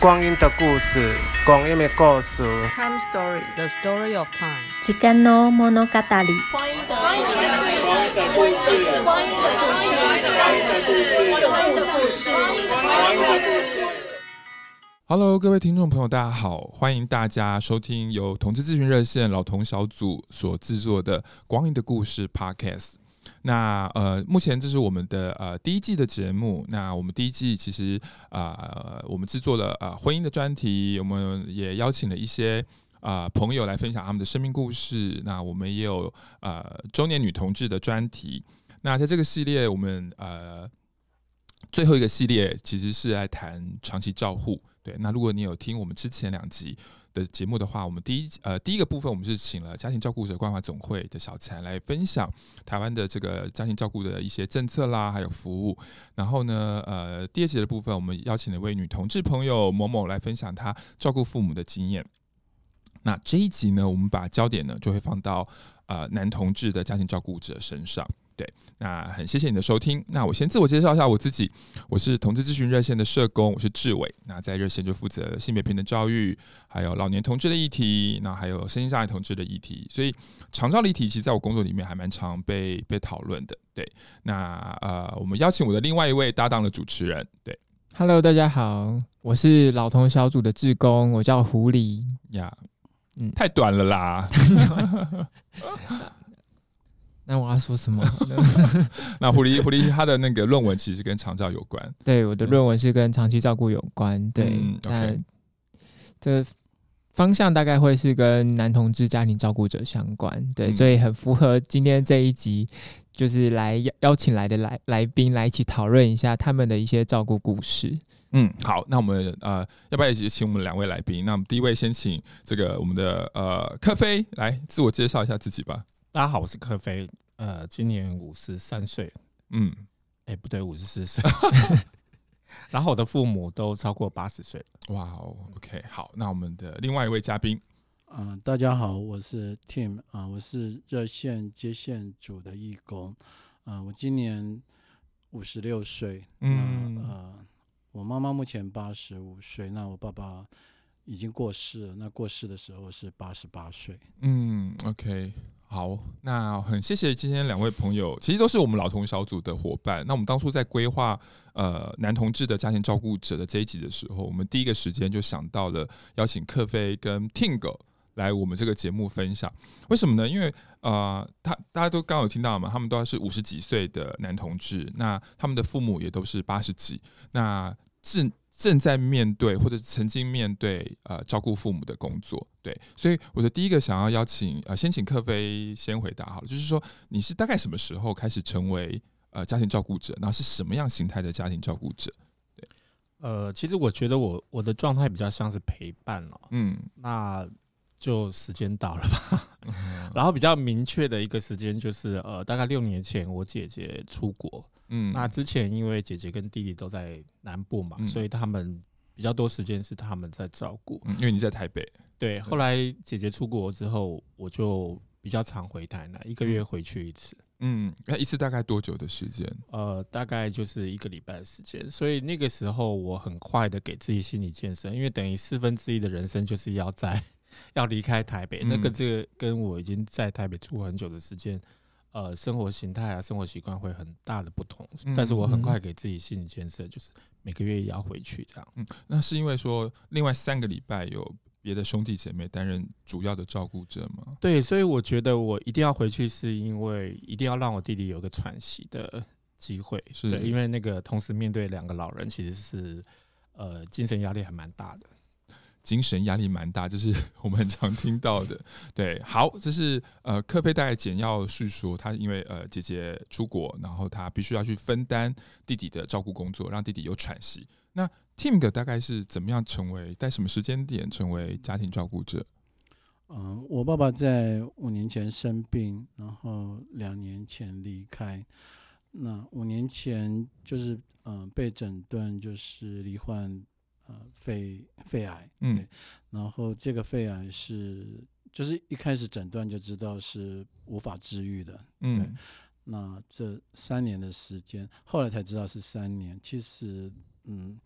光阴的故事，光阴的故事。 Time story, the story of time. 時間の物語。 光阴的故事。 Hello， 各位听众朋友，大家好，欢迎大家收听由同志咨询热线老同小组所制作的《光阴的故事》Podcast。那目前这是我们的第一季的节目。那我们第一季其实我们制作了婚姻的专题，我们也邀请了一些朋友来分享他们的生命故事。那我们也有中年女同志的专题。那在这个系列，我们最后一个系列其实是来谈长期照护。对，那如果你有听我们之前2集的节目的话，我们第一个部分我们是请了家庭照顾者关怀总会的小残来分享台湾的这个家庭照顾的一些政策啦，还有服务。然后呢，第2集的部分我们邀请了一位女同志朋友某某来分享她照顾父母的经验。那这一集呢，我们把焦点呢就会放到男同志的家庭照顾者身上。对，那很谢谢你的收听。那我先自我介绍一下我自己，我是同志咨询热线的社工，我是志伟。那在热线就负责性别平等教育，还有老年同志的议题，那还有身心障碍同志的议题。所以长照的议题其实在我工作里面还蛮常被讨论的。对，那我们邀请我的另外一位搭档的主持人。对 ，Hello， 大家好，我是老同小组的志工，我叫狐狸呀。太短了啦。 那我要说什么？ 那狐狸他的那个论文其实跟长照有关。 对，我的论文是跟长期照顾有关。对，那这方向大概会是跟男同志家庭照顾者相关。对，所以很符合今天这一集，就是来邀请来的来宾来一起讨论一下他们的一些照顾故事。 好，那我们要不要一起请我们2位来宾？那我们第一位先请这个我们的克菲来自我介绍一下自己吧。 大家好，我是克菲，今年53岁，不对，54岁。然后我的父母都超过80岁了。 哇哦 ，OK， 好，那我们的另外一位嘉宾， 大家好，我是 Tim，我是热线接线组的义工，我今年56岁，我妈妈目前85岁，那我爸爸已经过世了，那过世的时候是88岁。 OK。好，那很谢谢今天2位朋友，其实都是我们老同小组的伙伴。那我们当初在规划男同志的家庭照顾者的这一集的时候，我们第一个时间就想到了邀请克菲跟 Ting 来我们这个节目分享。为什么呢？因为大家都刚刚有听到嘛，他们都是50几岁的男同志，那他们的父母也都是80几，那正在面对或者曾经面对照顾父母的工作。对，所以我的第一个想要邀请先请克菲先回答好了，就是说你是大概什么时候开始成为家庭照顾者，然后是什么样形态的家庭照顾者？ 对，其实我觉得我的状态比较像是陪伴了，那就时间到了吧。然后比较明确的一个时间就是大概6年前我姐姐出国。那之前因为姐姐跟弟弟都在南部嘛，所以他们比较多时间是他们在照顾。 因为你在台北。 对，后来姐姐出国之后，我就比较常回台南，1个月回去一次。 那一次大概多久的时间？ 大概就是1个礼拜的时间。所以那个时候我很快的给自己心理建设，因为等于1/4的人生就是要离开台北。这个跟我已经在台北住很久的时间。生活形态啊，生活习惯会很大的不同，但是我很快给自己心理建设，就是每个月也要回去这样。 那是因为说另外3个礼拜有别的兄弟姐妹担任主要的照顾者吗？ 对，所以我觉得我一定要回去，是因为一定要让我弟弟有个喘息的机会。对，因为那个同时面对2个老人，其实是精神压力还蛮大的。 精神压力蛮大，这是我们很常听到的。对，好，这是克菲大概简要叙说，他因为姐姐出国，然后他必须要去分担弟弟的照顾工作，让弟弟有喘息。那 Tim 大概是怎么样在什么时间点成为家庭照顾者？ 我爸爸在5年前生病，然后2年前离开。那5年前就是被诊断就是罹患肺癌，然后这个肺癌就是一开始诊断就知道是无法治愈的，那这3年的时间，后来才知道是3年。其实，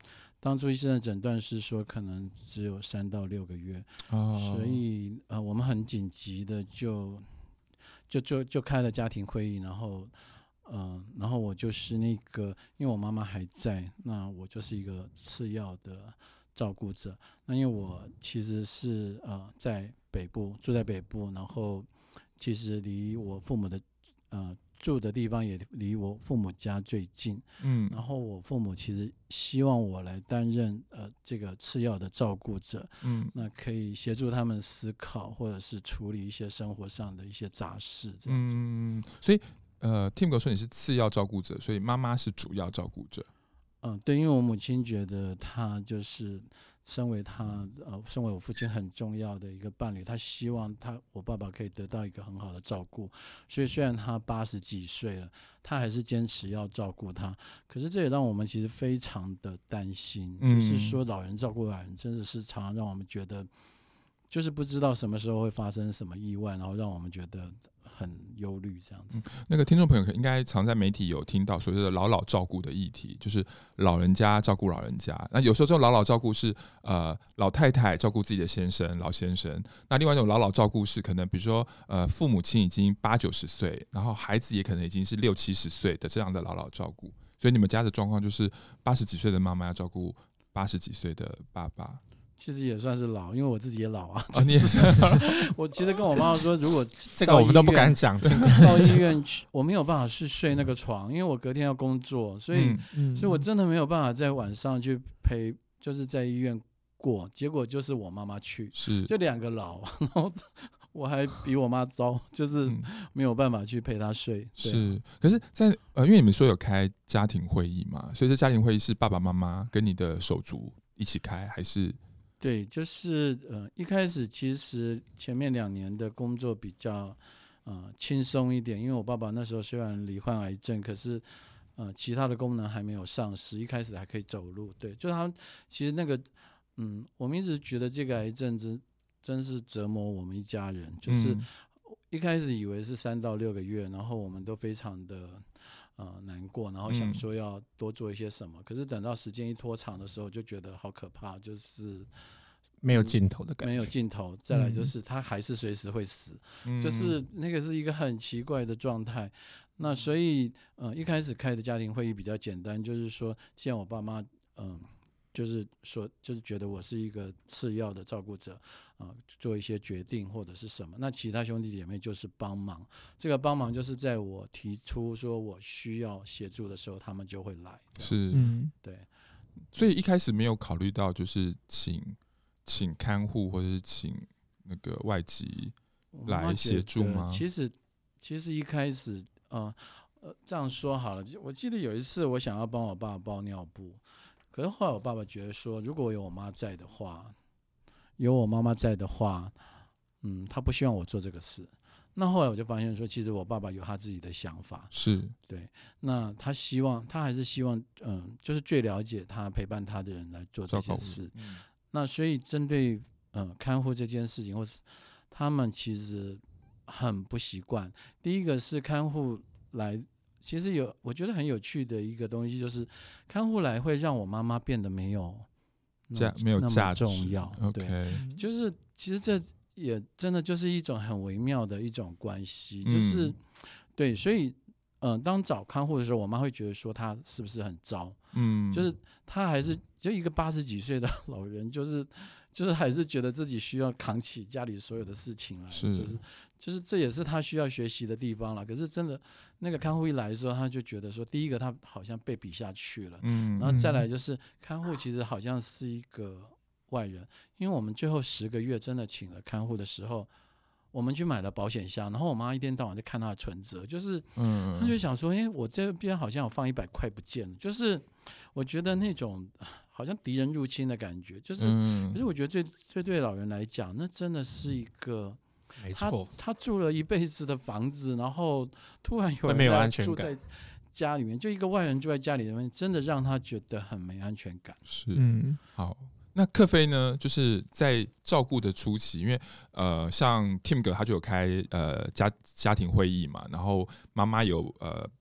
当初医生的诊断是说可能只有3到6个月，所以我们很紧急的就开了家庭会议，然后我就是那个，因为我妈妈还在，那我就是一个次要的照顾者。那因为我其实是在北部，住在北部，然后其实离我父母的住的地方也离我父母家最近，然后我父母其实希望我来担任这个次要的照顾者，那可以协助他们思考或者是处理一些生活上的一些杂事这样子。 所以Tim 哥说你是次要照顾者，所以妈妈是主要照顾者。 对，因为我母亲觉得她就是身为我父亲很重要的一个伴侣，她希望我爸爸可以得到一个很好的照顾，所以虽然他80几岁了，他还是坚持要照顾他。可是这也让我们其实非常的担心，就是说老人照顾老人真的是常常让我们觉得就是不知道什么时候会发生什么意外，然后让我们觉得很忧虑这样子。 那个听众朋友应该常在媒体有听到所谓的老照顾的议题，就是老人家照顾老人家。那有时候这种老照顾是老太太照顾自己的先生老先生，那另外一种老照顾是可能比如说父母亲已经80、90岁，然后孩子也可能已经是60、70岁的这样的老照顾。所以你们家的状况就是80几岁的妈妈要照顾80几岁的爸爸。 其实也算是老，因为我自己也老啊。 你也是。 我其实跟我妈妈说，如果这个我们都不敢讲。 到医院去，我没有办法去睡那个床，因为我隔天要工作，所以我真的没有办法在晚上去陪，就是在医院过。结果就是我妈妈去，就2个老，然后我还比我妈糟，就是没有办法去陪她睡。 是，可是在，因为你们说有开家庭会议嘛，所以这家庭会议是爸爸妈妈跟你的手足一起开，还是？ 对，就是一开始其实前面2年的工作比较轻松一点，因为我爸爸那时候虽然罹患癌症，可是其他的功能还没有丧失，一开始还可以走路。对，就他其实那个我们一直觉得这个癌症真是折磨我们一家人，就是一开始以为是3到6个月，然后我们都非常的难过，然后想说要多做一些什么，可是等到时间一拖长的时候，就觉得好可怕，就是没有尽头的感觉， 没有尽头。再来就是他还是随时会死，就是那个是一个很奇怪的状态。那所以一开始开的家庭会议比较简单，就是说既然我爸妈就是觉得我是一个次要的照顾者做一些决定或者是什么，那其他兄弟姐妹就是帮忙。这个帮忙就是在我提出说我需要协助的时候，他们就会来。 是， 对。 所以一开始没有考虑到就是请看护或者是请那个外籍来协助吗？ 其实一开始这样说好了，我记得有一次我想要帮我爸包尿布。可是后来我爸爸觉得说，如果有我妈在的话，有我妈妈在的话，他不希望我做这个事。那后来我就发现说，其实我爸爸有他自己的想法， 是对。那他还是希望，就是最了解他、陪伴他的人来做这件事。那所以针对看护这件事情，或是他们其实很不习惯。第一个是看护来。其实我觉得很有趣的一个东西，就是看护来会让我妈妈变得没有价值重要。对，就是其实这也真的就是一种很微妙的一种关系，就是对，所以当找看护的时候，我妈会觉得说他是不是很糟？就是他还是就一个80几岁的老人，就是还是觉得自己需要扛起家里所有的事情来，就是这也是他需要学习的地方了。可是真的那个看护一来的时候，他就觉得说，第一个他好像被比下去了，然后再来就是看护其实好像是一个外人，因为我们最后10个月真的请了看护的时候，我们去买了保险箱，然后我妈一天到晚在看她的存折，就是她就想说，我这边好像有放100块不见了，就是我觉得那种好像敌人入侵的感觉，就是可是我觉得对老人来讲，那真的是一个。 没错， 他住了一辈子的房子，然后突然有人住在家里面，就一个外人住在家里面，真的让他觉得很没安全感。 是，好。那克菲呢？就是在照顾的初期，因为像 Tim 哥他就有开家庭会议嘛，然后妈妈有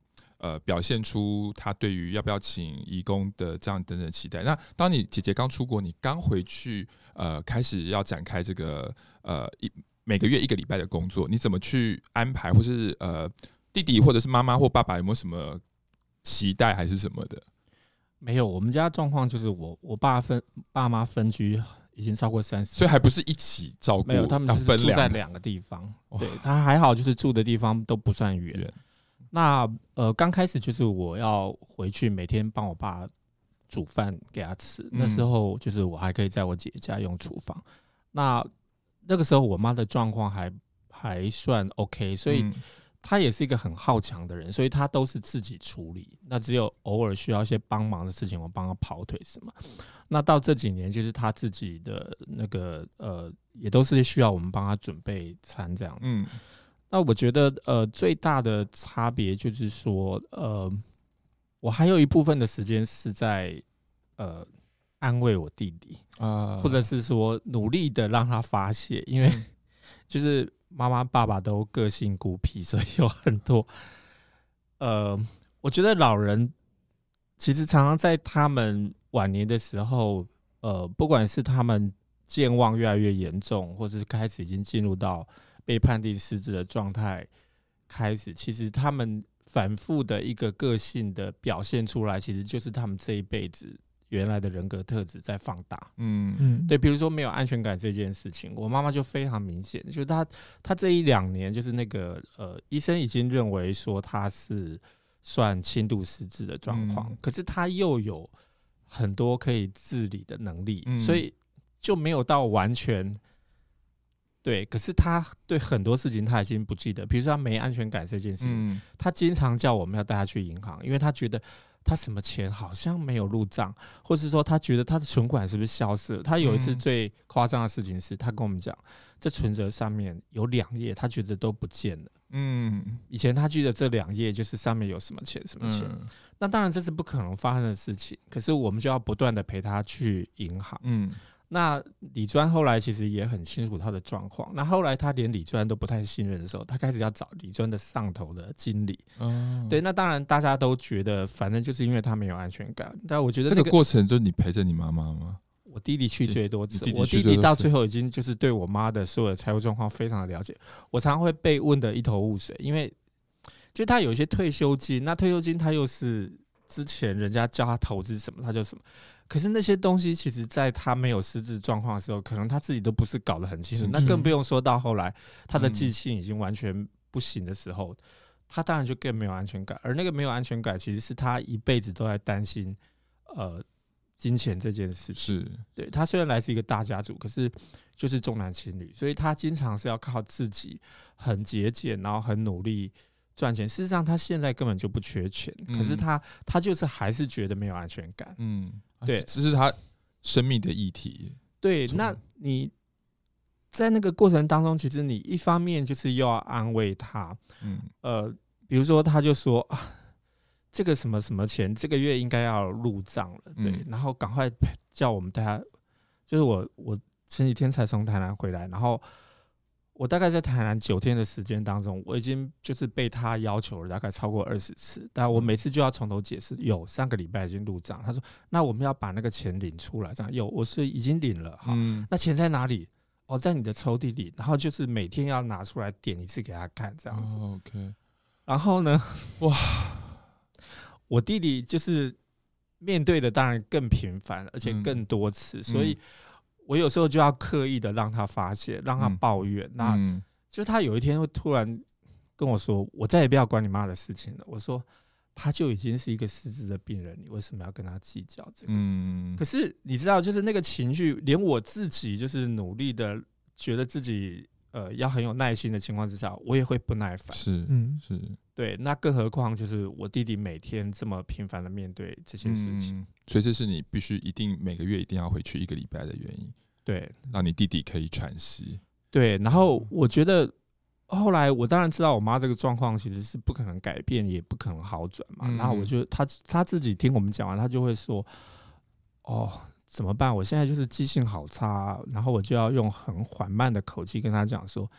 表现出他对于要不要请移工的这样等等期待。那当你姐姐刚出国，你刚回去，开始要展开这个每个月1个礼拜的工作，你怎么去安排，或是弟弟或者是妈妈或爸爸有没有什么期待还是什么的？ 没有，我们家状况就是我爸妈分居已经超过30， 所以还不是一起照顾， 没有，他们就是住在2个地方。对，他还好，就是住的地方都不算远。那刚开始就是我要回去每天帮我爸煮饭给他吃，那时候就是我还可以在我姐家用厨房。那个时候我妈的状况还算 OK， 所以她也是一个很好强的人，所以她都是自己处理。那只有偶尔需要一些帮忙的事情，我帮她跑腿什么。那到这几年，就是她自己的那个也都是需要我们帮她准备餐这样子。那我觉得最大的差别就是说我还有一部分的时间是在安慰我弟弟或者是说努力的让他发泄，因为就是妈妈爸爸都个性孤僻，所以有很多我觉得老人其实常常在他们晚年的时候不管是他们健忘越来越严重，或者是开始已经进入到被判定失智的状态开始，其实他们反复的一个个性的表现出来，其实就是他们这一辈子原来的人格特质在放大。对，比如说没有安全感这件事情，我妈妈就非常明显，就是她这1-2年，就是那个医生已经认为说她是算轻度失智的状况，可是她又有很多可以自理的能力，所以就没有到完全。对，可是他对很多事情他已经不记得，比如说他没安全感这件事情，他经常叫我们要带他去银行，因为他觉得他什么钱好像没有入账，或是说他觉得他的存款是不是消失了。他有一次最夸张的事情是，他跟我们讲，这存折上面有2页，他觉得都不见了。以前他记得这2页就是上面有什么钱什么钱，那当然这是不可能发生的事情，可是我们就要不断的陪他去银行。那理专后来其实也很清楚他的状况，那后来他连理专都不太信任的时候，他开始要找理专的上头的经理。对，那当然大家都觉得反正就是因为他没有安全感，但我觉得、 这个过程就是你陪着你妈妈吗？ 我弟弟去最多次，我弟弟到最后已经就是对我妈的所有的财务状况非常的了解，我常常会被问得一头雾水，因为就他有一些退休金，那退休金他又是之前人家教他投资什么他就什么，可是那些东西其实在他没有失智状况的时候，可能他自己都不是搞得很清楚，那更不用说到后来他的记性已经完全不行的时候，他当然就更没有安全感，而那个没有安全感其实是他一辈子都在担心金钱这件事情。是，对，他虽然来自一个大家族，可是就是重男轻女，所以他经常是要靠自己很节俭，然后很努力赚钱。事实上他现在根本就不缺钱，可是他就是还是觉得没有安全感。对， 这是他生命的议题。 对，那你在那个过程当中，其实你一方面就是又要安慰他，比如说他就说啊，这个什么什么钱，这个月应该要入账了，对，然后赶快叫我们带他。就是我前几天才从台南回来，然后我大概在台南9天的时间当中，我已经就是被他要求了大概超过20次，但我每次就要从头解释，有3个礼拜已经入账，他说那我们要把那个钱领出来，这样有，我是已经领了，好，那钱在哪里？哦，在你的抽屉里，然后就是每天要拿出来点一次给他看，这样子。 OK， 然后呢，哇，我弟弟就是面对的当然更频繁，而且更多次，所以我有时候就要刻意的让他发泄，让他抱怨。那就是他有一天会突然跟我说：“我再也不要管你妈的事情了。”我说：“他就已经是一个失智的病人，你为什么要跟他计较这个？”可是你知道，就是那个情绪，连我自己就是努力的，觉得自己要很有耐心的情况之下，我也会不耐烦。 是， 对。那更何况就是我弟弟每天这么频繁的面对这些事情， 所以这是你必须一定每个月一定要回去1个礼拜的原因。 对， 让你弟弟可以喘息。 对，然后我觉得后来我当然知道我妈这个状况其实是不可能改变，也不可能好转嘛。然后我就他自己听我们讲完，他就会说：“哦，怎么办？我现在就是记性好差。”然后我就要用很缓慢的口气跟他讲说：“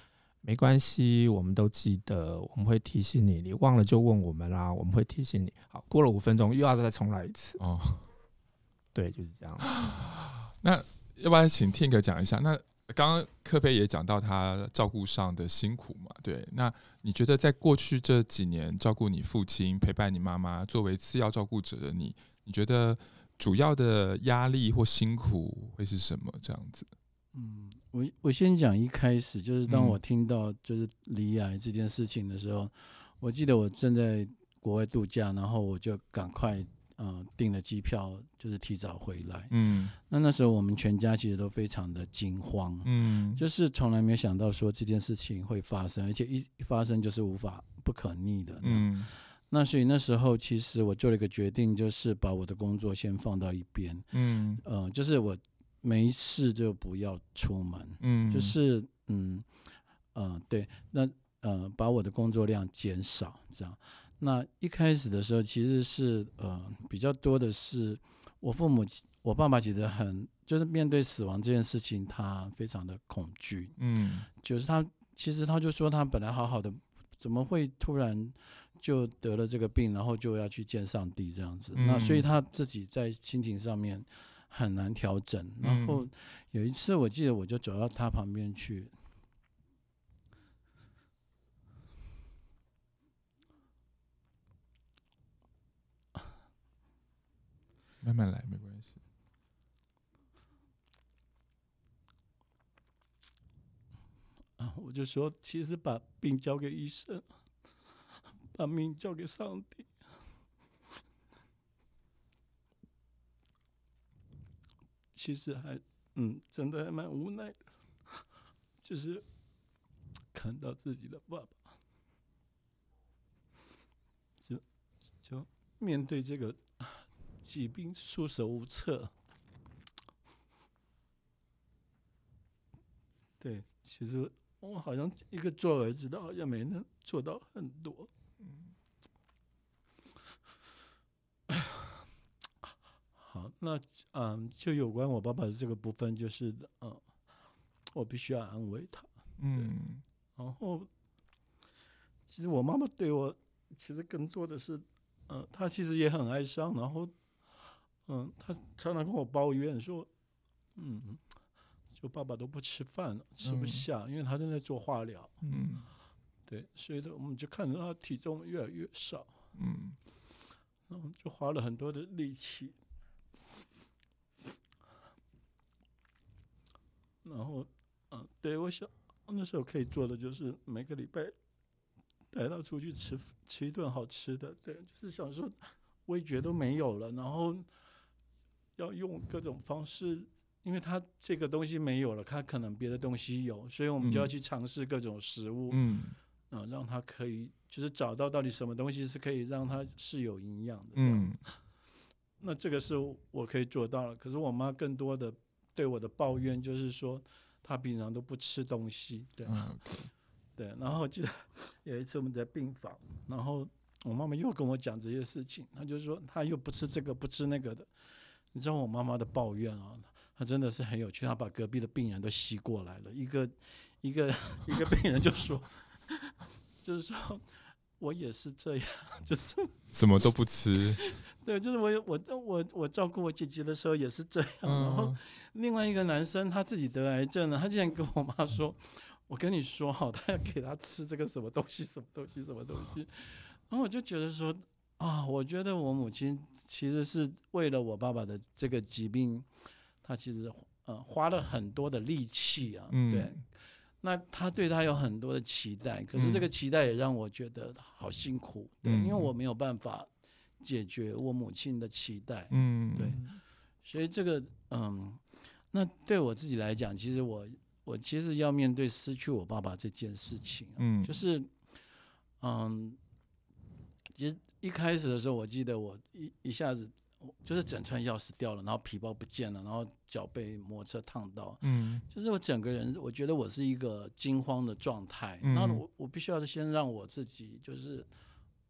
没关系，我们都记得，我们会提醒你，你忘了就问我们啦，我们会提醒你。好，过了5分钟又要再重来一次。哦，对，就是这样。 那要不然请 Tink 讲一下，那刚刚克菲也讲到他照顾上的辛苦嘛，对，那你觉得在过去这几年照顾你父亲、陪伴你妈妈，作为次要照顾者的你觉得主要的压力或辛苦会是什么？这样子？ 我先讲一开始，就是当我听到就是罹癌这件事情的时候，我记得我正在国外度假，然后我就赶快订了机票，就是提早回来。那时候我们全家其实都非常的惊慌，就是从来没想到说这件事情会发生，而且一发生就是不可逆的。那所以那时候其实我做了一个决定，就是把我的工作先放到一边。就是我没事就不要出门。就是对，那把我的工作量减少这样。那一开始的时候其实是比较多的是我爸爸其实就是面对死亡这件事情他非常的恐惧。就是其实他就说他本来好好的，怎么会突然就得了这个病，然后就要去见上帝这样子。那所以他自己在心情上面很难调整。然后有一次我记得我就走到他旁边去， 慢慢来，没关系。 我就说，其实把病交给医生，把命交给上帝，其实真的还蛮无奈的，就是看到自己的爸爸，就面对这个疾病束手无策。对，其实我好像一个做儿子的，好像没能做到很多。好，那就有关我爸爸的这个部分，就是我必须要安慰他。然后其实我妈妈对我其实更多的是她其实也很哀伤，然后她常常跟我抱怨说就爸爸都不吃饭了，吃不下，因为他正在做化疗。对，所以我们就看到他体重越来越少。然后就花了很多的力气。然后对，我想那时候可以做的就是每个礼拜带他出去吃一顿好吃的。对，就是想说味觉都没有了，然后要用各种方式，因为他这个东西没有了，他可能别的东西有，所以我们就要去尝试各种食物。让他可以就是找到底什么东西是可以让他是有营养的。那这个是我可以做到了。可是我妈更多的对我的抱怨就是说，她平常都不吃东西。对，对。然后我记得有一次我们在病房，然后我妈妈又跟我讲这些事情，她就说她又不吃这个不吃那个的。你知道我妈妈的抱怨啊，她真的是很有趣，她把隔壁的病人都吸过来了。一个病人就说。就是说，我也是这样，就是什么都不吃。 对，就是我照顾我姐姐的时候也是这样。然后另外一个男生他自己得癌症了，他竟然跟我妈说：“我跟你说好，他要给他吃这个什么东西，什么东西，什么东西。”然后我就觉得说我觉得我母亲其实是为了我爸爸的这个疾病，他其实花了很多的力气啊。对。那他对他有很多的期待，可是这个期待也让我觉得好辛苦。对，因为我没有办法解决我母亲的期待。对，所以这个那对我自己来讲，其实我其实要面对失去我爸爸这件事情。就是其实一开始的时候，我记得我一下子就是整串钥匙掉了，然后皮包不见了，然后脚被摩托车烫到。就是我整个人，我觉得我是一个惊慌的状态。那我必须要先让我自己，就是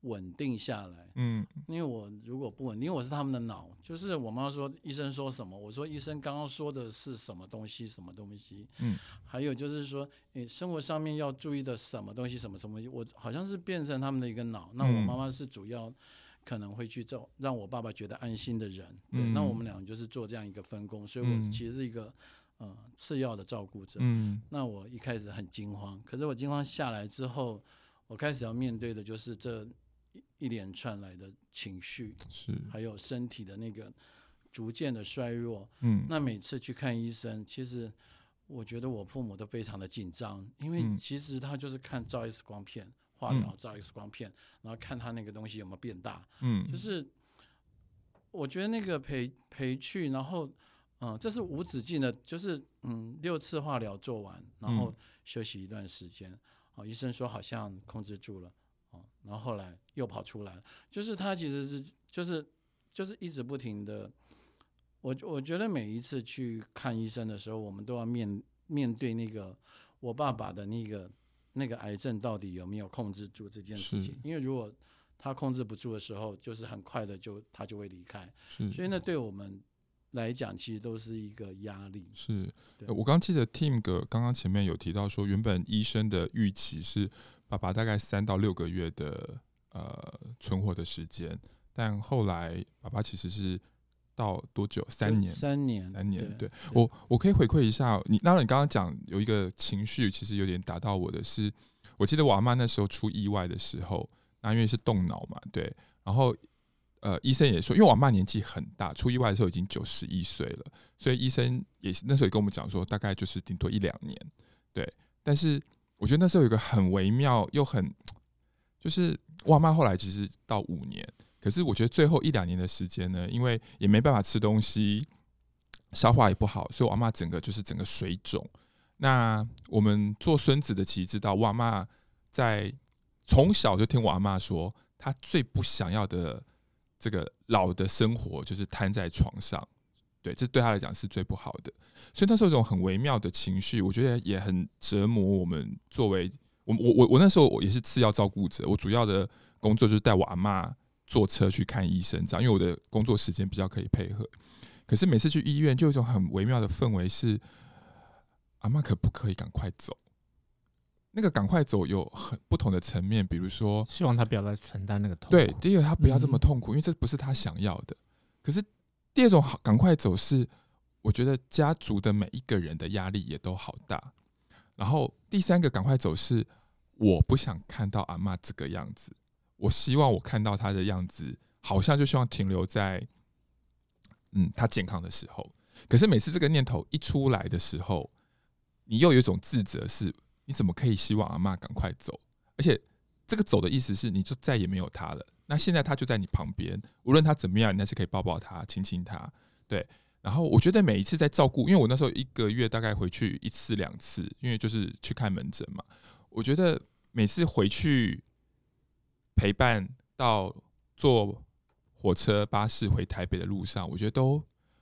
稳定下来。因为我如果不稳定，因为我是他们的脑，就是我妈说医生说什么，我说医生刚刚说的是什么东西，什么东西。还有就是说，生活上面要注意的什么东西，什么东西，我好像是变成他们的一个脑。那我妈妈是主要可能会去做让我爸爸觉得安心的人。对，那我们两个就是做这样一个分工，所以我其实是一个次要的照顾者。那我一开始很惊慌，可是我惊慌下来之后，我开始要面对的就是这一连串来的情绪，还有身体的那个逐渐的衰弱。那每次去看医生，其实我觉得我父母都非常的紧张，因为其实他就是看照 X 光片，化疗照 X 光片，然后看他那个东西有没有变大。就是我觉得那个陪去，然后这是无止境的，就是6次化疗做完，然后休息一段时间。医生说好像控制住了，然后后来又跑出来了。就是他其实是就是一直不停的。我觉得每一次去看医生的时候，我们都要面对那个我爸爸的那个癌症到底有没有控制住这件事情。因为如果他控制不住的时候，就是很快的他就会离开。所以那对我们来讲其实都是一个压力。 我刚记得 Tim 哥刚刚前面有提到说，原本医生的预期是爸爸大概3到6个月的存活的时间，但后来爸爸其实是到多久？3年。对，我可以回馈一下你。当然，你刚刚讲有一个情绪，其实有点打到我的是，我记得我阿嬷那时候出意外的时候，那因为是动脑嘛，对，然后医生也说，因为我阿嬷年纪很大，出意外的时候已经91岁了，所以医生也那时候也跟我们讲说，大概就是顶多1-2年，对。但是我觉得那时候有一个很微妙又很，就是我阿嬷后来其实到5年。可是我觉得最后1-2年的时间呢，因为也没办法吃东西，消化也不好，所以我阿嬷整个水肿。那我们做孙子的其实知道，我阿嬷在从小就听我阿嬷说，她最不想要的这个老的生活就是瘫在床上，对，这对她来讲是最不好的。所以那时候有一种很微妙的情绪，我觉得也很折磨我们。作为我那时候我也是次要照顾者，我主要的工作就是带我阿嬷坐车去看医生，这样，因为我的工作时间比较可以配合。可是每次去医院，就有一种很微妙的氛围是，阿嬷可不可以赶快走？那个赶快走有很不同的层面，比如说， 希望他不要再承担那个痛苦。 对，第一个他不要这么痛苦，因为这不是他想要的。可是第二种赶快走是，我觉得家族的每一个人的压力也都好大。然后第三个赶快走是，我不想看到阿嬷这个样子。我希望我看到他的样子，好像就希望停留在，他健康的时候。可是每次这个念头一出来的时候，你又有一种自责，是你怎么可以希望阿嬷赶快走？而且这个走的意思是，你就再也没有他了。那现在他就在你旁边，无论他怎么样，你还是可以抱抱他、亲亲他。对。然后我觉得每一次在照顾，因为我那时候1个月大概回去1次2次，因为就是去看门诊嘛。我觉得每次回去陪伴到坐火车、巴士回台北的路上，我觉得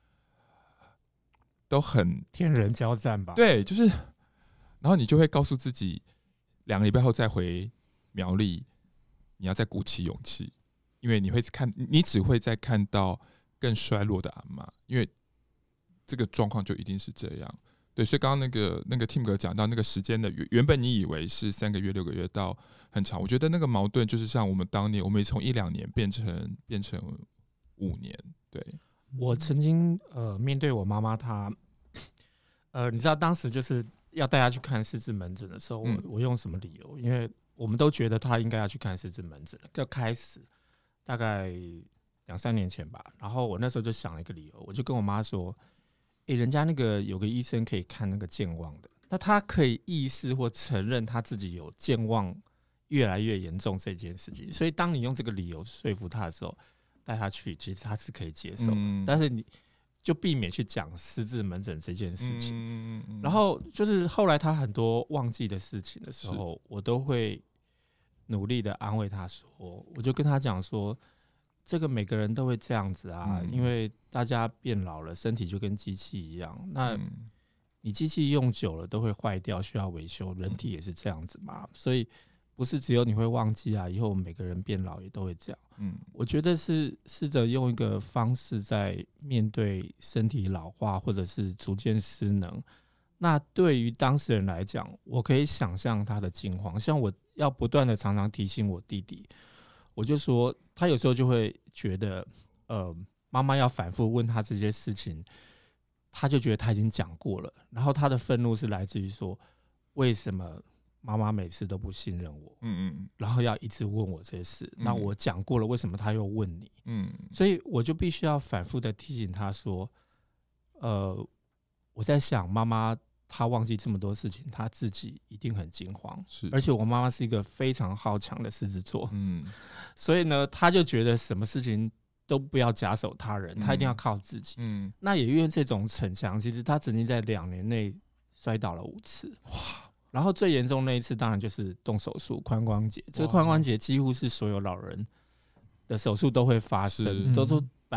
都很天人交战吧。 对，就是，然后你就会告诉自己，2个礼拜后再回苗栗，你要再鼓起勇气，因为你只会再看到更衰落的阿嬷，因为这个状况就一定是这样。对，所以刚刚那个 Tim 哥讲到那个时间的，原本你以为是3个月、6个月到很长，我觉得那个矛盾就是像我们当年，我们也从1-2年变成5年。对， 我曾经面对我妈妈，她你知道当时就是要带她去看失智门诊的时候，我用什么理由？因为我们都觉得她应该要去看失智门诊了，要开始大概2-3年前吧。然后我那时候就想了一个理由，我就跟我妈说。人家那个有个医生可以看那个健忘的，那他可以意识或承认他自己有健忘越来越严重这件事情，所以当你用这个理由说服他的时候，带他去，其实他是可以接受的。但是你就避免去讲失智门诊这件事情。然后就是后来他很多忘记的事情的时候，我都会努力的安慰他说，我就跟他讲说。这个每个人都会这样子啊，因为大家变老了，身体就跟机器一样。那你机器用久了都会坏掉，需要维修，人体也是这样子嘛。所以不是只有你会忘记啊，以后每个人变老也都会这样。我觉得是试着用一个方式在面对身体老化或者是逐渐失能。那对于当事人来讲，我可以想象他的惊慌，像我要不断的常常提醒我弟弟，我就说他有时候就会觉得妈妈要反复问他这些事情，他就觉得他已经讲过了，然后他的愤怒是来自于说为什么妈妈每次都不信任我，然后要一直问我这些事，那我讲过了，为什么他又问你？所以我就必须要反复的提醒他说，我在想妈妈她忘记这么多事情，她自己一定很惊慌，而且我妈妈是一个非常好强的狮子座，所以呢，她就觉得什么事情都不要假手他人，她一定要靠自己。那也因为这种逞强，其实她曾经在2年内摔倒了5次，哇！然后最严重那一次当然就是动手术髋关节，这个髋关节几乎是所有老人的手术都会发生，都说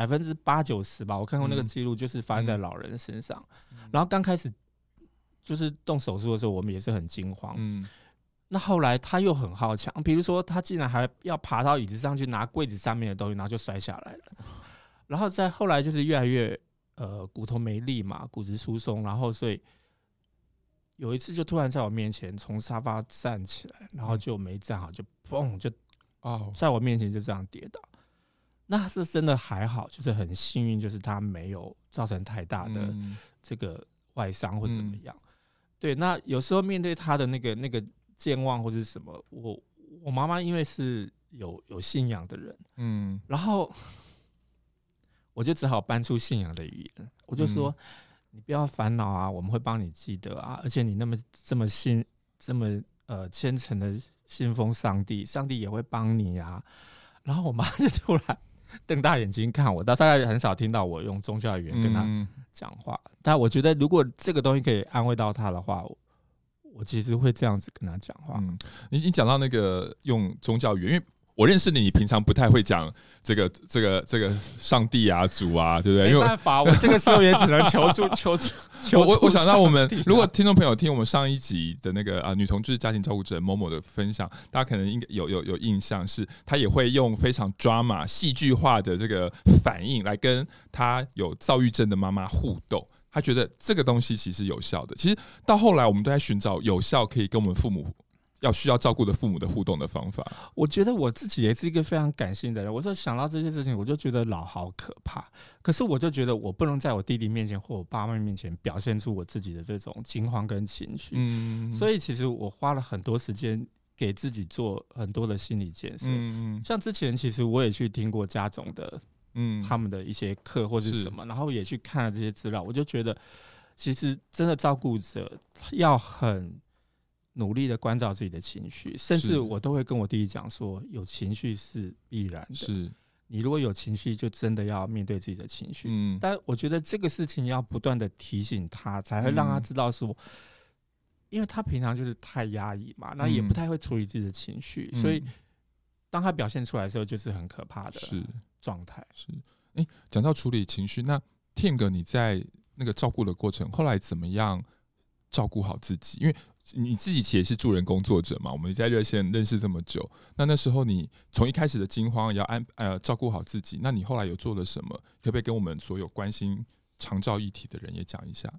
80%-90%吧，我看过那个记录，就是发生在老人身上。然后刚开始就是动手术的时候，我们也是很惊慌。那后来他又很好强，比如说他竟然还要爬到椅子上去拿柜子上面的东西，然后就摔下来了。然后再后来就是越来越骨头没力嘛，骨质疏松，然后所以有一次就突然在我面前从沙发站起来，然后就没站好，就砰就在我面前就这样跌倒。那是真的还好，就是很幸运，就是他没有造成太大的这个外伤或者怎么样。对，那有时候面对他的那个健忘或者什么，我妈妈因为是有信仰的人，然后我就只好搬出信仰的语言，我就说。你不要烦恼啊，我们会帮你记得啊，而且你这么虔诚的信奉上帝，上帝也会帮你啊。然后我妈就突然瞪大眼睛看我，大概很少听到我用宗教语言跟她讲话，但我觉得如果这个东西可以安慰到她的话，我其实会这样子跟她讲话。 你讲到那个用宗教语言，因为我认识你平常不太会讲这个上帝啊、主啊，对不对？ 没办法，我这个时候也只能求助。 我想到我们如果听众朋友听我们上一集的那个女同志家庭照顾者某某的分享，大家可能应该有印象，是他也会用非常 drama 戏剧化的这个反应来跟他有躁郁症的妈妈互动。他觉得这个东西其实有效的。其实到后来，我们都在寻找有效可以跟我们父母。需要照顾的父母的互动的方法。 我觉得我自己也是一个非常感性的人，我说想到这些事情，我就觉得老好可怕。可是我就觉得我不能在我弟弟面前或我爸妈面前表现出我自己的这种惊慌跟情绪。所以其实我花了很多时间给自己做很多的心理建设。像之前其实我也去听过家总的他们的一些课或是什么，然后也去看了这些资料，我就觉得其实真的照顾者要很努力的关照自己的情绪，甚至我都会跟我弟弟讲说，有情绪是必然的。是，你如果有情绪，就真的要面对自己的情绪。但我觉得这个事情要不断的提醒他，才会让他知道说，因为他平常就是太压抑嘛，那也不太会处理自己的情绪，所以当他表现出来的时候，就是很可怕的状态。 是，讲到处理情绪，那 Tim 哥你在那个照顾的过程，后来怎么样照顾好自己？因为你自己也是助人工作者嘛，我们在热线认识这么久，那时候你从一开始的惊慌也要照顾好自己，那你后来有做了什么？可不可以跟我们所有关心长照议题的人也讲一下？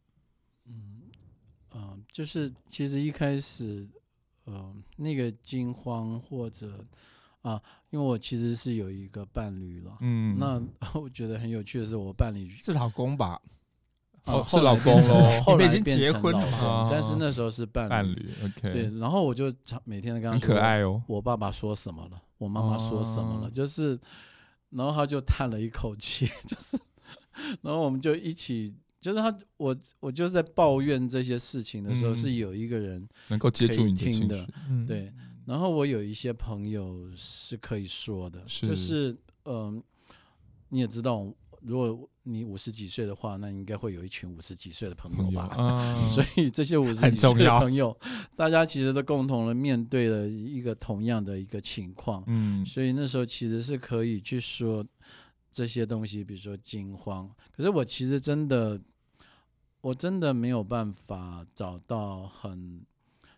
就是其实一开始那个惊慌或者因为我其实是有一个伴侣了，那我觉得很有趣的是，我伴侣是老公吧？ 是老公喽， 后来已经结婚了嘛？ 但是那时候是伴侣 ，OK。 对，然后我就每天跟他说， 很可爱哦。 我爸爸说什么了，我妈妈说什么了，就是，然后他就叹了一口气，就是，然后我们就一起，就是我就在抱怨这些事情的时候，是有一个人能够接住你的情绪， 对。然后我有一些朋友是可以说的，就是你也知道，如果你50几岁的话，那应该会有一群50几岁的朋友吧。所以这些50几岁的朋友，大家其实都共同的面对了一个同样的一个情况。所以那时候其实是可以去说这些东西，比如说惊慌。可是我其实真的没有办法找到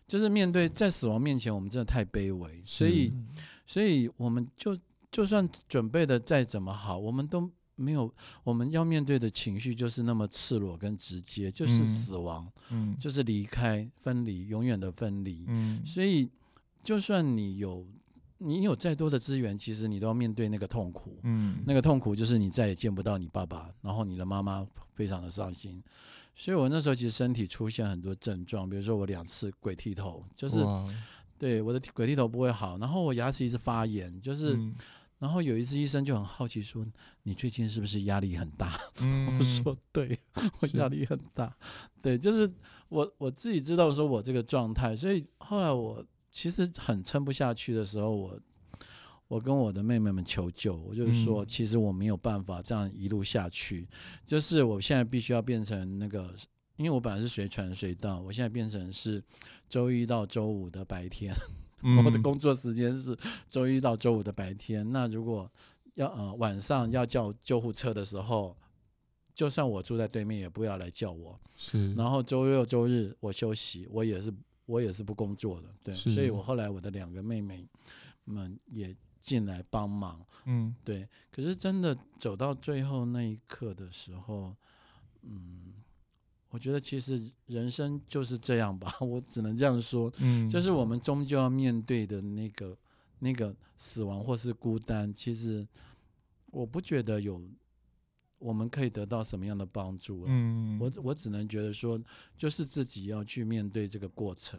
就是面对在死亡面前，我们真的太卑微，所以我们就算准备的再怎么好，我们都没有，我们要面对的情绪就是那么赤裸跟直接，就是死亡，就是离开、分离，永远的分离。所以就算你有再多的资源，其实你都要面对那个痛苦。那个痛苦就是你再也见不到你爸爸，然后你的妈妈非常的伤心。所以我那时候其实身体出现很多症状，比如说我2次鬼剃头，就是对我的鬼剃头不会好，然后我牙齿一直发炎，就是然后有一次医生就很好奇说，你最近是不是压力很大？我说对，我压力很大。对，就是我自己知道说我这个状态，所以后来我其实很撑不下去的时候，我跟我的妹妹们求救，我就是说，其实我没有办法这样一路下去，就是我现在必须要变成那个，因为我本来是随传随到，我现在变成是周一到周五的白天，我的工作时间是周一到周五的白天。那如果要晚上要叫救护车的时候，就算我住在对面，也不要来叫我。是，然后周六周日我休息，我也是不工作的，对，所以我后来我的2个妹妹们也进来帮忙，对。可是真的走到最后那一刻的时候，我觉得其实人生就是这样吧，我只能这样说，就是我们终究要面对的那个死亡或是孤单，其实我不觉得我们可以得到什么样的帮助了。我只能觉得说，就是自己要去面对这个过程。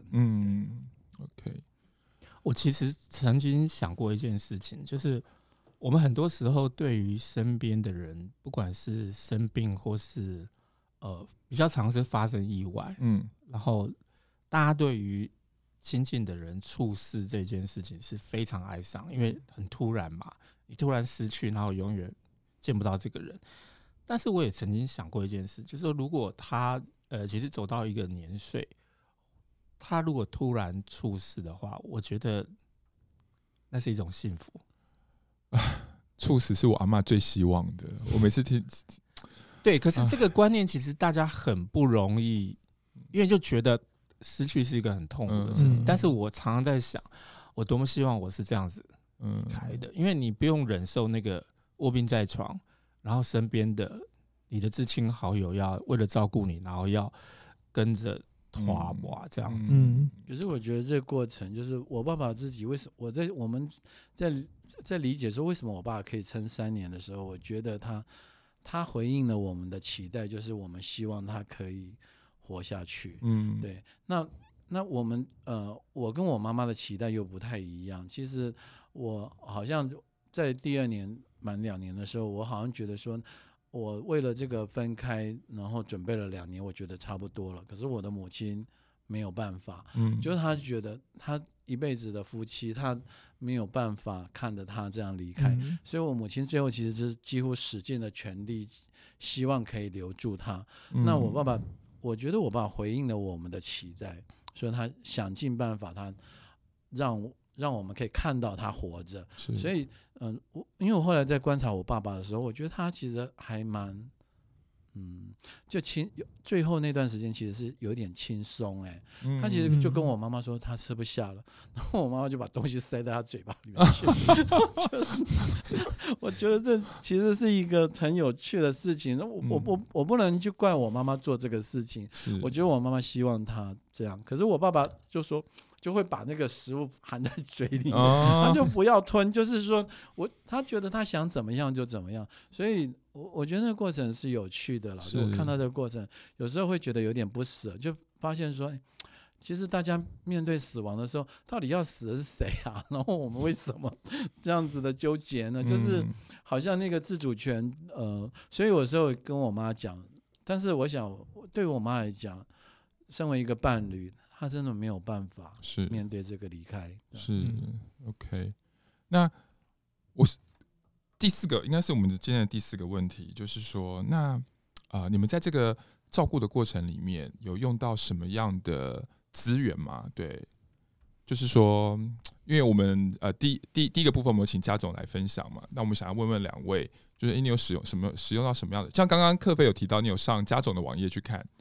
OK。我其实曾经想过一件事情，就是我们很多时候对于身边的人，不管是生病或是比较常是发生意外，然后大家对于亲近的人猝死这件事情是非常哀伤，因为很突然嘛，你突然失去，然后永远见不到这个人。但是我也曾经想过一件事，就是说如果他其实走到一个年岁，他如果突然猝死的话，我觉得那是一种幸福。 猝死是我阿嬷最希望的，我每次听。 对，可是这个观念其实大家很不容易，因为就觉得失去是一个很痛苦的事情。但是我常常在想，我多么希望我是这样子离开的，因为你不用忍受那个卧病在床，然后身边的你的至亲好友要为了照顾你，然后要跟着拖磨这样子。 可是我觉得这个过程，就是我爸爸自己为什么我们在理解说为什么我爸可以撑3年的时候，我觉得他回应了我们的期待，就是我们希望他可以活下去。对。那我们我跟我妈妈的期待又不太一样。其实我好像在第2年满2年的时候，我好像觉得说，我为了这个分开，然后准备了2年，我觉得差不多了。可是我的母亲没有办法，就是她觉得她一辈子的夫妻，她没有办法看着他这样离开，所以我母亲最后其实是几乎使尽了全力，希望可以留住他。那我爸爸，我觉得我爸爸回应了我们的期待，所以他想尽办法，他让我们可以看到他活着。所以因为我后来在观察我爸爸的时候，我觉得他其实还蛮就最后那段时间其实是有点轻松。他其实就跟我妈妈说他吃不下了，然后我妈妈就把东西塞在他嘴巴里面去。我觉得这其实是一个很有趣的事情。我不能去怪我妈妈做这个事情，我觉得我妈妈希望他这样，可是我爸爸就会把那个食物含在嘴里面，他就不要吞，就是说他觉得他想怎么样就怎么样。所以我觉得那个过程是有趣的啦。我看到这个过程，有时候会觉得有点不舍，就发现说，其实大家面对死亡的时候，到底要死的是谁啊？然后我们为什么这样子的纠结呢？就是好像那个自主权，所以有时候跟我妈讲，但是我想对我妈来讲，身为一个伴侣，她真的没有办法面对这个离开。 是 OK。那第4个应该是我们今天的第4个问题，就是说，那你们在这个照顾的过程里面有用到什么样的资源吗？对，就是说，因为我们第一个部分我们有请家总来分享嘛，那我们想要问问2位，就是你有使用到什么样的？像刚刚克菲有提到，你有上家总的网页去看，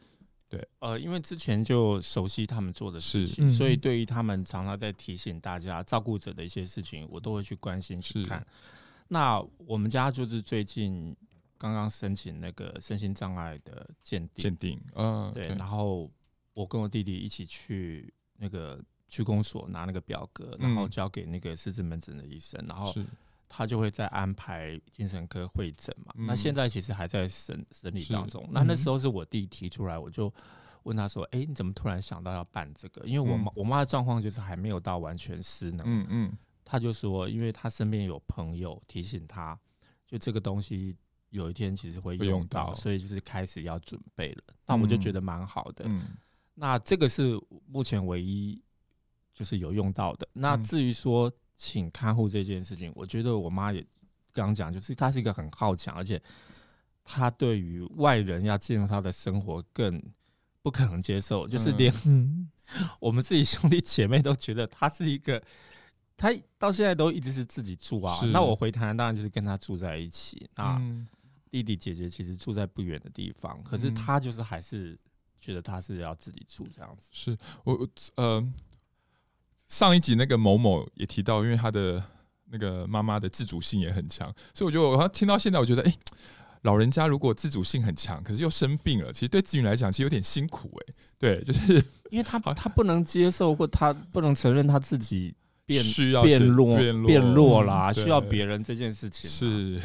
对， 因为之前就熟悉他们做的事情，所以对于他们常常在提醒大家照顾者的一些事情，我都会去关心去看。那我们家就是最近刚刚申请那个身心障碍的鉴定，对，然后我跟我弟弟一起去那个区公所拿那个表格，然后交给那个失智门诊的医生，然后他就会再安排精神科会诊嘛。那现在其实还在审理当中。那时候是我弟提出来，我就问他说：“你怎么突然想到要办这个？”因为我妈的状况就是还没有到完全失能。他就说，因为他身边有朋友提醒他，就这个东西有一天其实会用到，所以就是开始要准备了。那我就觉得蛮好的。那这个是目前唯一就是有用到的。那至于说请看护这件事情，我觉得我妈也刚刚讲，就是她是一个很好强，而且她对于外人要进入她的生活更不可能接受，就是连我们自己兄弟姐妹都觉得她是一个。他到现在都一直是自己住啊，那我回台南当然就是跟他住在一起。那弟弟姐姐其实住在不远的地方，可是他就是还是觉得他是要自己住这样子。 是我上一集那个某某也提到，因为他的那个妈妈的自主性也很强，所以我觉得我听到现在，我觉得老人家如果自主性很强，可是又生病了，其实对子女来讲其实有点辛苦对，就是因为他不能接受，或他不能承认他自己。变弱啦，需要别人这件事情。是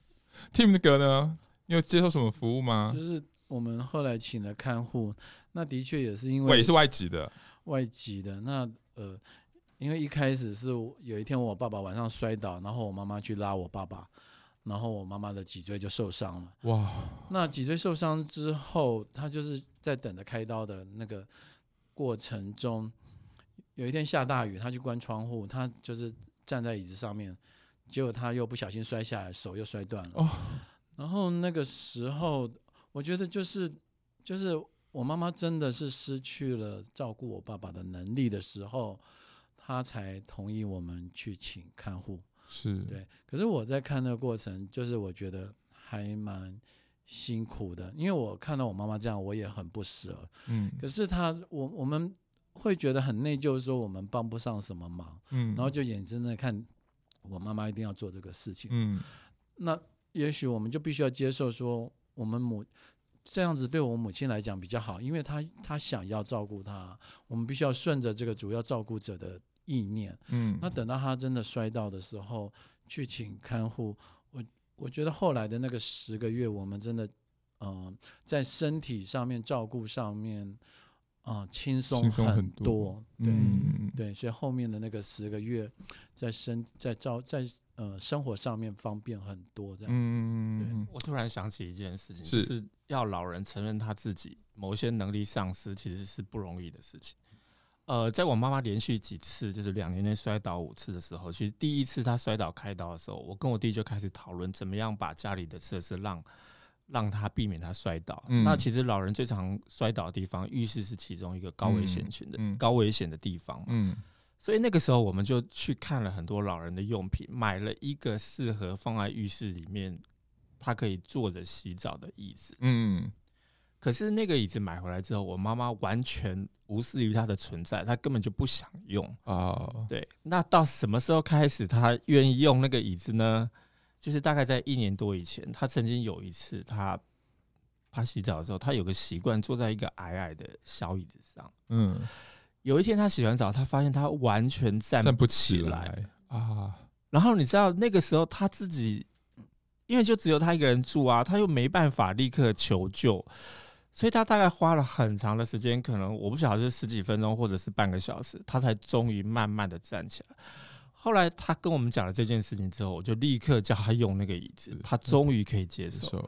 Tim 哥呢？你有接受什么服务吗？ 就是我们后来请了看护，那的确也是因为也是外籍的。 那因为一开始是有一天我爸爸晚上摔倒，然后我妈妈去拉我爸爸，然后我妈妈的脊椎就受伤了。哇！那脊椎受伤之后，他就是在等着开刀的那个过程中。有一天下大雨，他去关窗户，他就是站在椅子上面，结果他又不小心摔下来，手又摔断了。然后那个时候，我觉得就是我妈妈真的是失去了照顾我爸爸的能力的时候，她才同意我们去请看护。对。可是我在看那个过程，就是我觉得还蛮辛苦的，因为我看到我妈妈这样，我也很不舍。可是我们。会觉得很内疚，说我们帮不上什么忙，然后就眼睁睁看我妈妈一定要做这个事情，那也许我们就必须要接受说，我们这样子对我母亲来讲比较好，因为她想要照顾她，我们必须要顺着这个主要照顾者的意念，那等到她真的摔倒的时候，去请看护，我觉得后来的那个10个月，我们真的，在身体上面照顾上面。轻松很多，对，所以后面的那个10个月，在生活上面方便很多，这样。 对，我突然想起一件事情，就是要老人承认他自己某些能力丧失，其实是不容易的事情。在我妈妈连续几次就是2年内摔倒5次的时候，其实第一次她摔倒开刀的时候，我跟我弟就开始讨论怎么样把家里的设施让他避免他摔倒。那其实老人最常摔倒的地方，浴室是其中一个高危险群的、高危险的地方嘛。所以那个时候我们就去看了很多老人的用品，买了一个适合放在浴室里面，他可以坐着洗澡的椅子。可是那个椅子买回来之后，我妈妈完全无视于它的存在，她根本就不想用。对，那到什么时候开始她愿意用那个椅子呢？就是大概在1年多以前，他曾经有一次，他洗澡的时候，他有个习惯坐在一个矮矮的小椅子上。有一天他洗完澡，他发现他完全站不起来啊。然后你知道那个时候他自己，因为就只有他一个人住啊，他又没办法立刻求救，所以他大概花了很长的时间，可能我不晓得是10几分钟或者是半个小时，他才终于慢慢的站起来。后来他跟我们讲了这件事情之后，我就立刻叫他用那个椅子，他终于可以接受。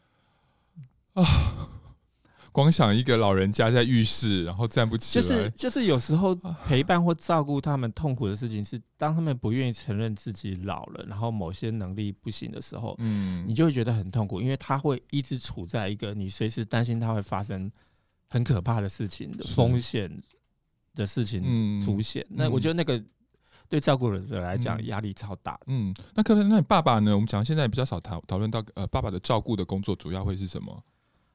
光想一个老人家在浴室，然后站不起来， 就是有时候陪伴或照顾他们痛苦的事情，是当他们不愿意承认自己老了，然后某些能力不行的时候，你就会觉得很痛苦，因为他会一直处在一个你随时担心他会发生很可怕的事情的风险的事情出现。那我觉得那个。对照顾者来讲，压力超大的。 那可能那你爸爸呢？我们讲现在比较少讨论到爸爸的照顾的工作主要会是什么？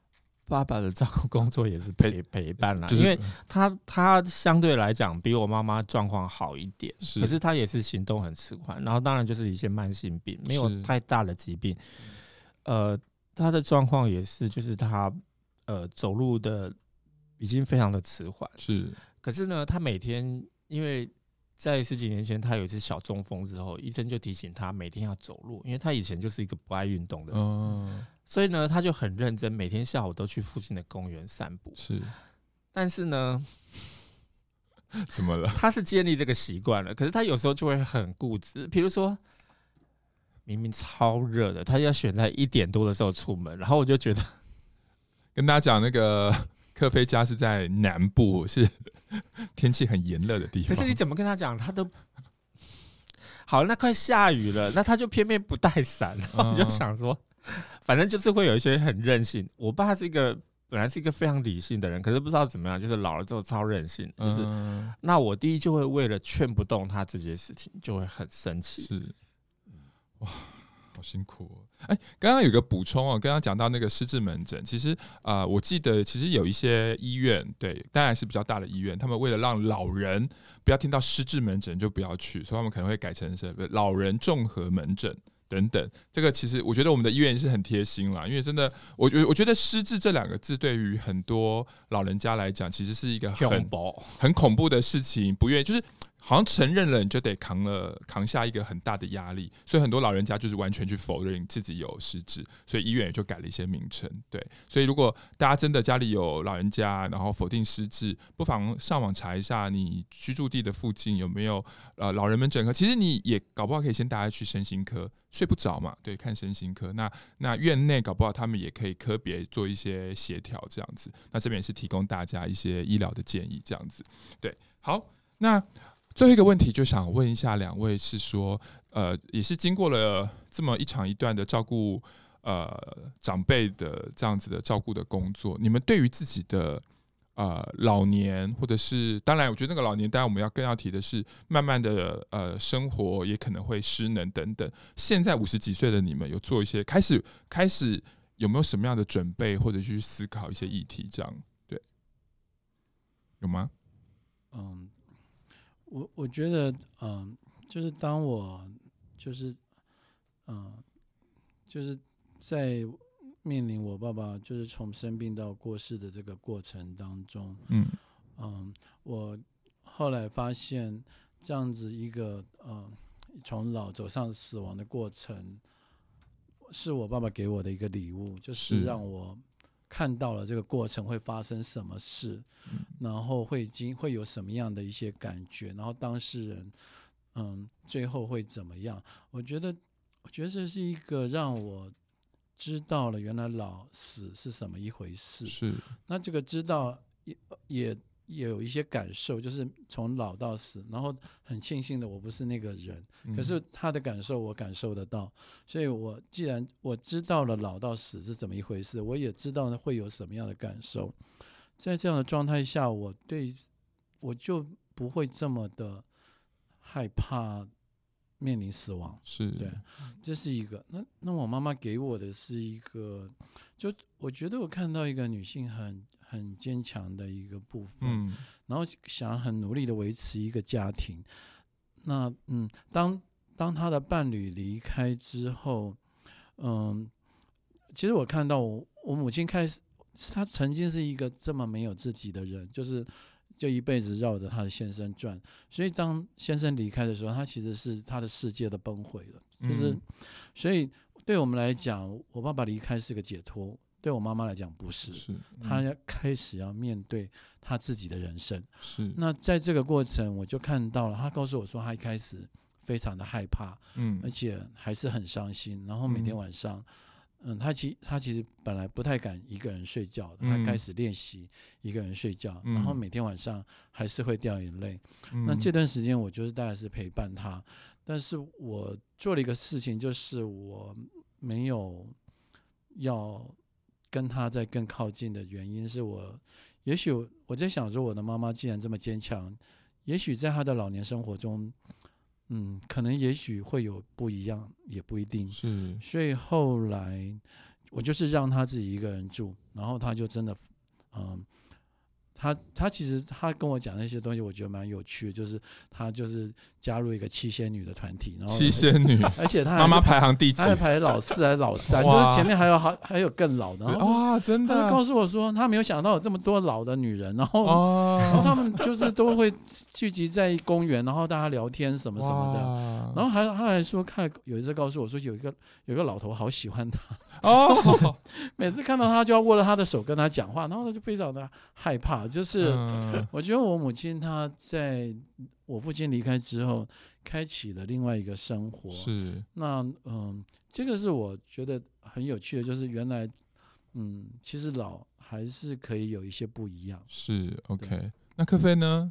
爸爸的照顾工作也是陪伴啦， 就是因为他相对来讲比我妈妈状况好一点，可是他也是行动很迟缓，然后当然就是一些慢性病，没有太大的疾病。他的状况也是，就是他走路的已经非常的迟缓， 是。 可是呢，他每天因为在10几年前他有一次小中风之后，医生就提醒他每天要走路，因为他以前就是一个不爱运动的人。所以呢，他就很认真，每天下午都去附近的公园散步。 是， 但是呢， 怎么了？ 他是建立这个习惯了，可是他有时候就会很固执。比如说，明明超热的，他要选在1点多的时候出门，然后我就觉得， 跟大家讲，那个克菲家是在南部，是天气很炎热的地方。 可是你怎么跟他讲，他都好，那快下雨了，那他就偏偏不带伞，然后我就想说。反正就是会有一些很任性。我爸本来是一个非常理性的人，可是不知道怎么样，就是老了之后超任性。就是那我弟就会为了劝不动他这些事情，就会很生气。 是，哇，好辛苦哦。刚刚有个补充哦，刚刚讲到那个失智门诊，其实我记得其实有一些医院，对，当然是比较大的医院，他们为了让老人不要听到失智门诊就不要去，所以他们可能会改成是老人综合门诊。等等，这个其实我觉得我们的医院是很贴心啦，因为真的，我觉得失智这2个字对于很多老人家来讲，其实是一个很恐怖的事情，不愿意就是好像承认了，你就得扛下一个很大的压力，所以很多老人家就是完全去否认自己有失智，所以医院也就改了一些名称。对，所以如果大家真的家里有老人家，然后否定失智，不妨上网查一下你居住地的附近有没有老人门诊科。其实你也搞不好可以先带他去身心科，睡不着嘛，对，看身心科。那院内搞不好他们也可以科别做一些协调，这样子。那这边也是提供大家一些医疗的建议，这样子。对，好，那。最后一个问题就想问一下2位，是说，也是经过了这么一长一段的照顾长辈的这样子的照顾的工作，你们对于自己的老年，或者是当然，我觉得那个老年，当然我们更要提的是，慢慢的生活也可能会失能等等。现在50几岁的你们有做一些开始有没有什么样的准备，或者去思考一些议题？这样对，有吗？ 我觉得，就是当我就是在面临我爸爸就是从生病到过世的这个过程当中，我后来发现这样子一个从老走上死亡的过程，是我爸爸给我的一个礼物，就是让我看到了这个过程会发生什么事，然后会有什么样的一些感觉，然后当事人最后会怎么样。我觉得这是一个让我知道了原来老死是什么一回事。 是，那这个知道也有一些感受，就是从老到死，然后很庆幸的我不是那个人，可是他的感受我感受得到，所以既然我知道了老到死是怎么一回事，我也知道会有什么样的感受，在这样的状态下，我就不会这么的害怕面临死亡。 是， 对，这是一个。那我妈妈给我的是一个，就我觉得我看到一个女性很坚强的一个部分，然后想很努力的维持一个家庭。那当她的伴侣离开之后，其实我看到我母亲开始，她曾经是一个这么没有自己的人，就一辈子绕着她的先生转，所以当先生离开的时候，她其实是她的世界都崩毁了，所以对我们来讲，我爸爸离开是个解脱。对我妈妈来讲不是，她要开始要面对她自己的人生。 是， 那在这个过程，我就看到了，她告诉我说，她一开始非常的害怕，而且还是很伤心。然后每天晚上，她其实本来不太敢一个人睡觉的，她开始练习一个人睡觉，然后每天晚上还是会掉眼泪。那这段时间我就是大概是陪伴她，但是我做了一个事情，就是我没有要跟他再更靠近的原因是也许我在想说，我的妈妈既然这么坚强，也许在她的老年生活中，可能也许会有不一样，也不一定。 是， 所以后来我就是让他自己一个人住，然后他就真的他其实他跟我讲那些东西，我觉得蛮有趣的，就是他就是加入一个七仙女的团体，然后七仙女， 而且他妈妈排行第几？ 他还排老4还是老3，就是前面还有更老的。 哇，真的！ 他就告诉我说，他没有想到有这么多老的女人，然后他们就是都会聚集在公园，然后大家聊天什么什么的。然后他还说，有一次告诉我说，有一个老头好喜欢他哦，每次看到他就要握着他的手跟他讲话，然后他就非常的害怕。就是我觉得我母亲她在我父亲离开之后，开启了另外一个生活。 是那这个是我觉得很有趣的，就是原来其实老还是可以有一些不一样。 是 OK。那克菲呢？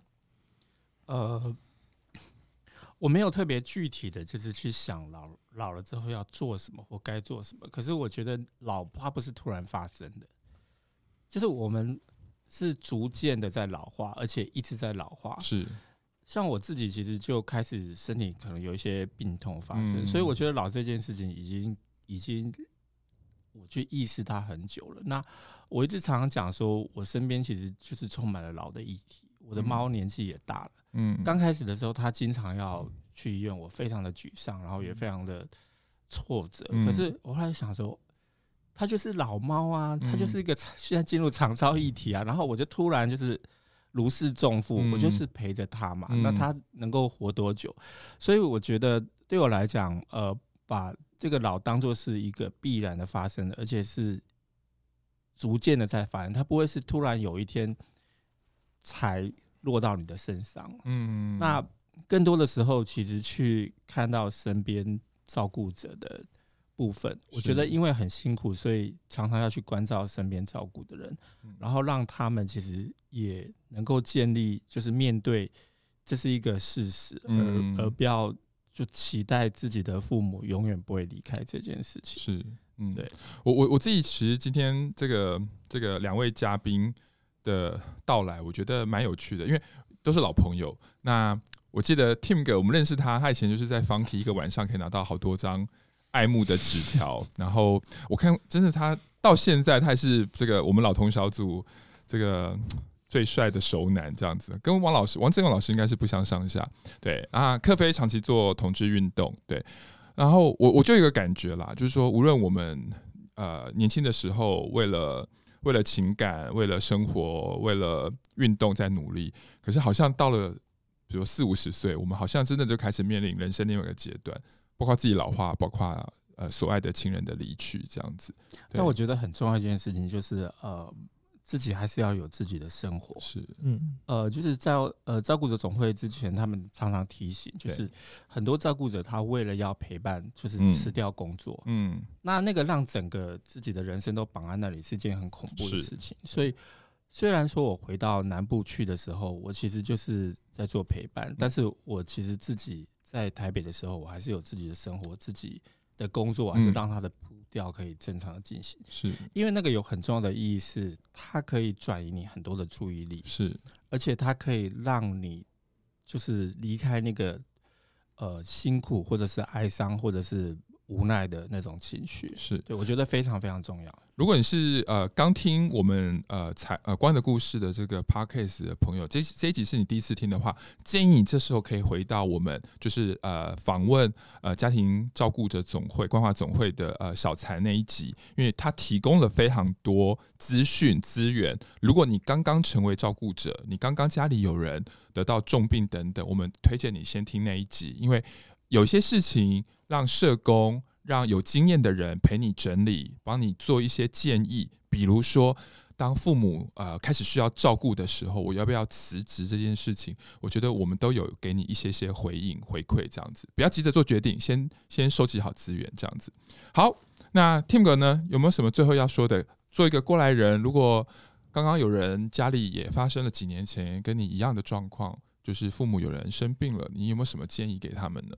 我没有特别具体的就是去想老了之后要做什么或该做什么，可是我觉得老它不是突然发生的，就是我们是逐渐的在老化，而且一直在老化。 是， 像我自己其实就开始身体可能有一些病痛发生，所以我觉得老这件事情已经我去意识它很久了。那我一直常常讲说，我身边其实就是充满了老的议题。我的猫年纪也大了，刚开始的时候它经常要去医院，我非常的沮丧，然后也非常的挫折。可是我后来想说，它就是老猫啊，它就是一个现在进入长照议题啊，然后我就突然就是如释重负，我就是陪着它嘛，那它能够活多久？所以我觉得对我来讲，把这个老当作是一个必然的发生的，而且是逐渐的在发生，它不会是突然有一天才落到你的身上。那更多的时候，其实去看到身边照顾者的部分，我觉得因为很辛苦，所以常常要去关照身边照顾的人，然后让他们其实也能够建立，就是面对这是一个事实，而不要就期待自己的父母永远不会离开这件事情。 是， 对。 我自己其实今天这个2位嘉宾的到来，我觉得蛮有趣的，因为都是老朋友。那我记得 Tim 哥，我们认识他以前就是在 Funky 一个晚上可以拿到好多张爱慕的纸条，然后我看真的他到现在他还是这个我们老同小组这个最帅的熟男这样子，跟王志勇老师应该是不相上下。对啊，克菲长期做同志运动，对，然后我就有一个感觉啦，就是说无论我们年轻的时候为了情感，为了生活，为了运动在努力，可是好像到了比如40-50岁，我们好像真的就开始面临人生另外一个阶段，包括自己老化，包括所爱的亲人的离去这样子。 但我觉得很重要一件事情就是自己还是要有自己的生活。 是， 就是在照顾者总会之前，他们常常提醒，就是很多照顾者他为了要陪伴，就是辞掉工作，那个让整个自己的人生都绑在那里，是一件很恐怖的事情。所以虽然说我回到南部去的时候，我其实就是在做陪伴，但是我其实自己在台北的时候，我还是有自己的生活，自己的工作还是让它的步调可以正常的进行。 是因为那个有很重要的意义是，它可以转移你很多的注意力， 是， 而且它可以让你就是离开那个辛苦或者是哀伤或者是无奈的那种情绪。 是， 对，我觉得非常非常重要。 如果你是刚听我们光的故事的这个 podcast 的朋友，这一集是你第一次听的话，建议你这时候可以回到我们就是访问家庭照顾者总会关怀总会的小才那一集，因为他提供了非常多资讯资源。如果你刚刚成为照顾者，你刚刚家里有人得到重病等等，我们推荐你先听那一集，因为有些事情让社工让有经验的人陪你整理，帮你做一些建议，比如说当父母开始需要照顾的时候，我要不要辞职这件事情，我觉得我们都有给你一些回应回馈，这样子不要急着做决定，先收集好资源这样子。好，那 Tim 哥呢，有没有什么最后要说的？做一个过来人，如果刚刚有人家里也发生了几年前跟你一样的状况，就是父母有人生病了，你有没有什么建议给他们呢？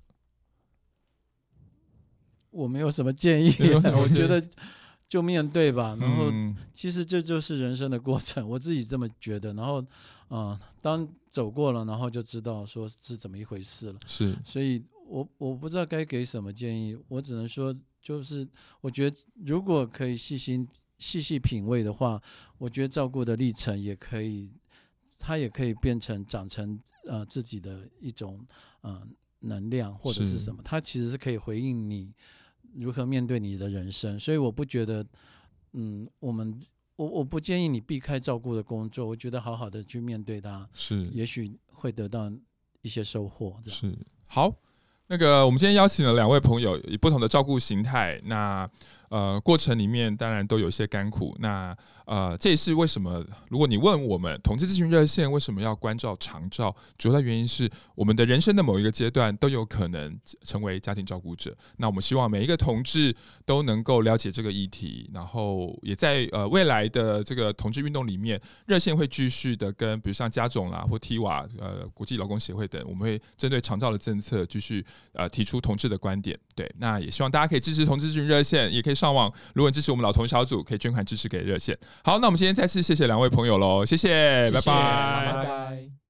我没有什么建议，我觉得就面对吧。然后其实这就是人生的过程，我自己这么觉得。然后当走过了，然后就知道说是怎么一回事了。 是， 所以我不知道该给什么建议，我只能说就是我觉得如果可以细细品味的话，我觉得照顾的历程也可以，它也可以长成自己的一种能量或者是什么，它其实是可以回应你如何面对你的人生。所以我不觉得我不建议你避开照顾的工作，我觉得好好的去面对它，也许会得到一些收获。这样是好。那个，我们今天邀请了2位朋友，以不同的照顾形态，那过程里面当然都有一些甘苦。那这也是为什么，如果你问我们同志咨询热线为什么要关照长照，主要的原因是我们的人生的某一个阶段都有可能成为家庭照顾者。那我们希望每一个同志都能够了解这个议题，然后也在未来的这个同志运动里面，热线会继续的跟比如像家总啦或 TIWA 国际劳工协会等，我们会针对长照的政策继续提出同志的观点。对，那也希望大家可以支持同志咨询热线，也可以上网，如果你支持我们老同小组，可以捐款支持给热线。好，那我们今天再次谢谢2位朋友喽，谢谢，拜拜。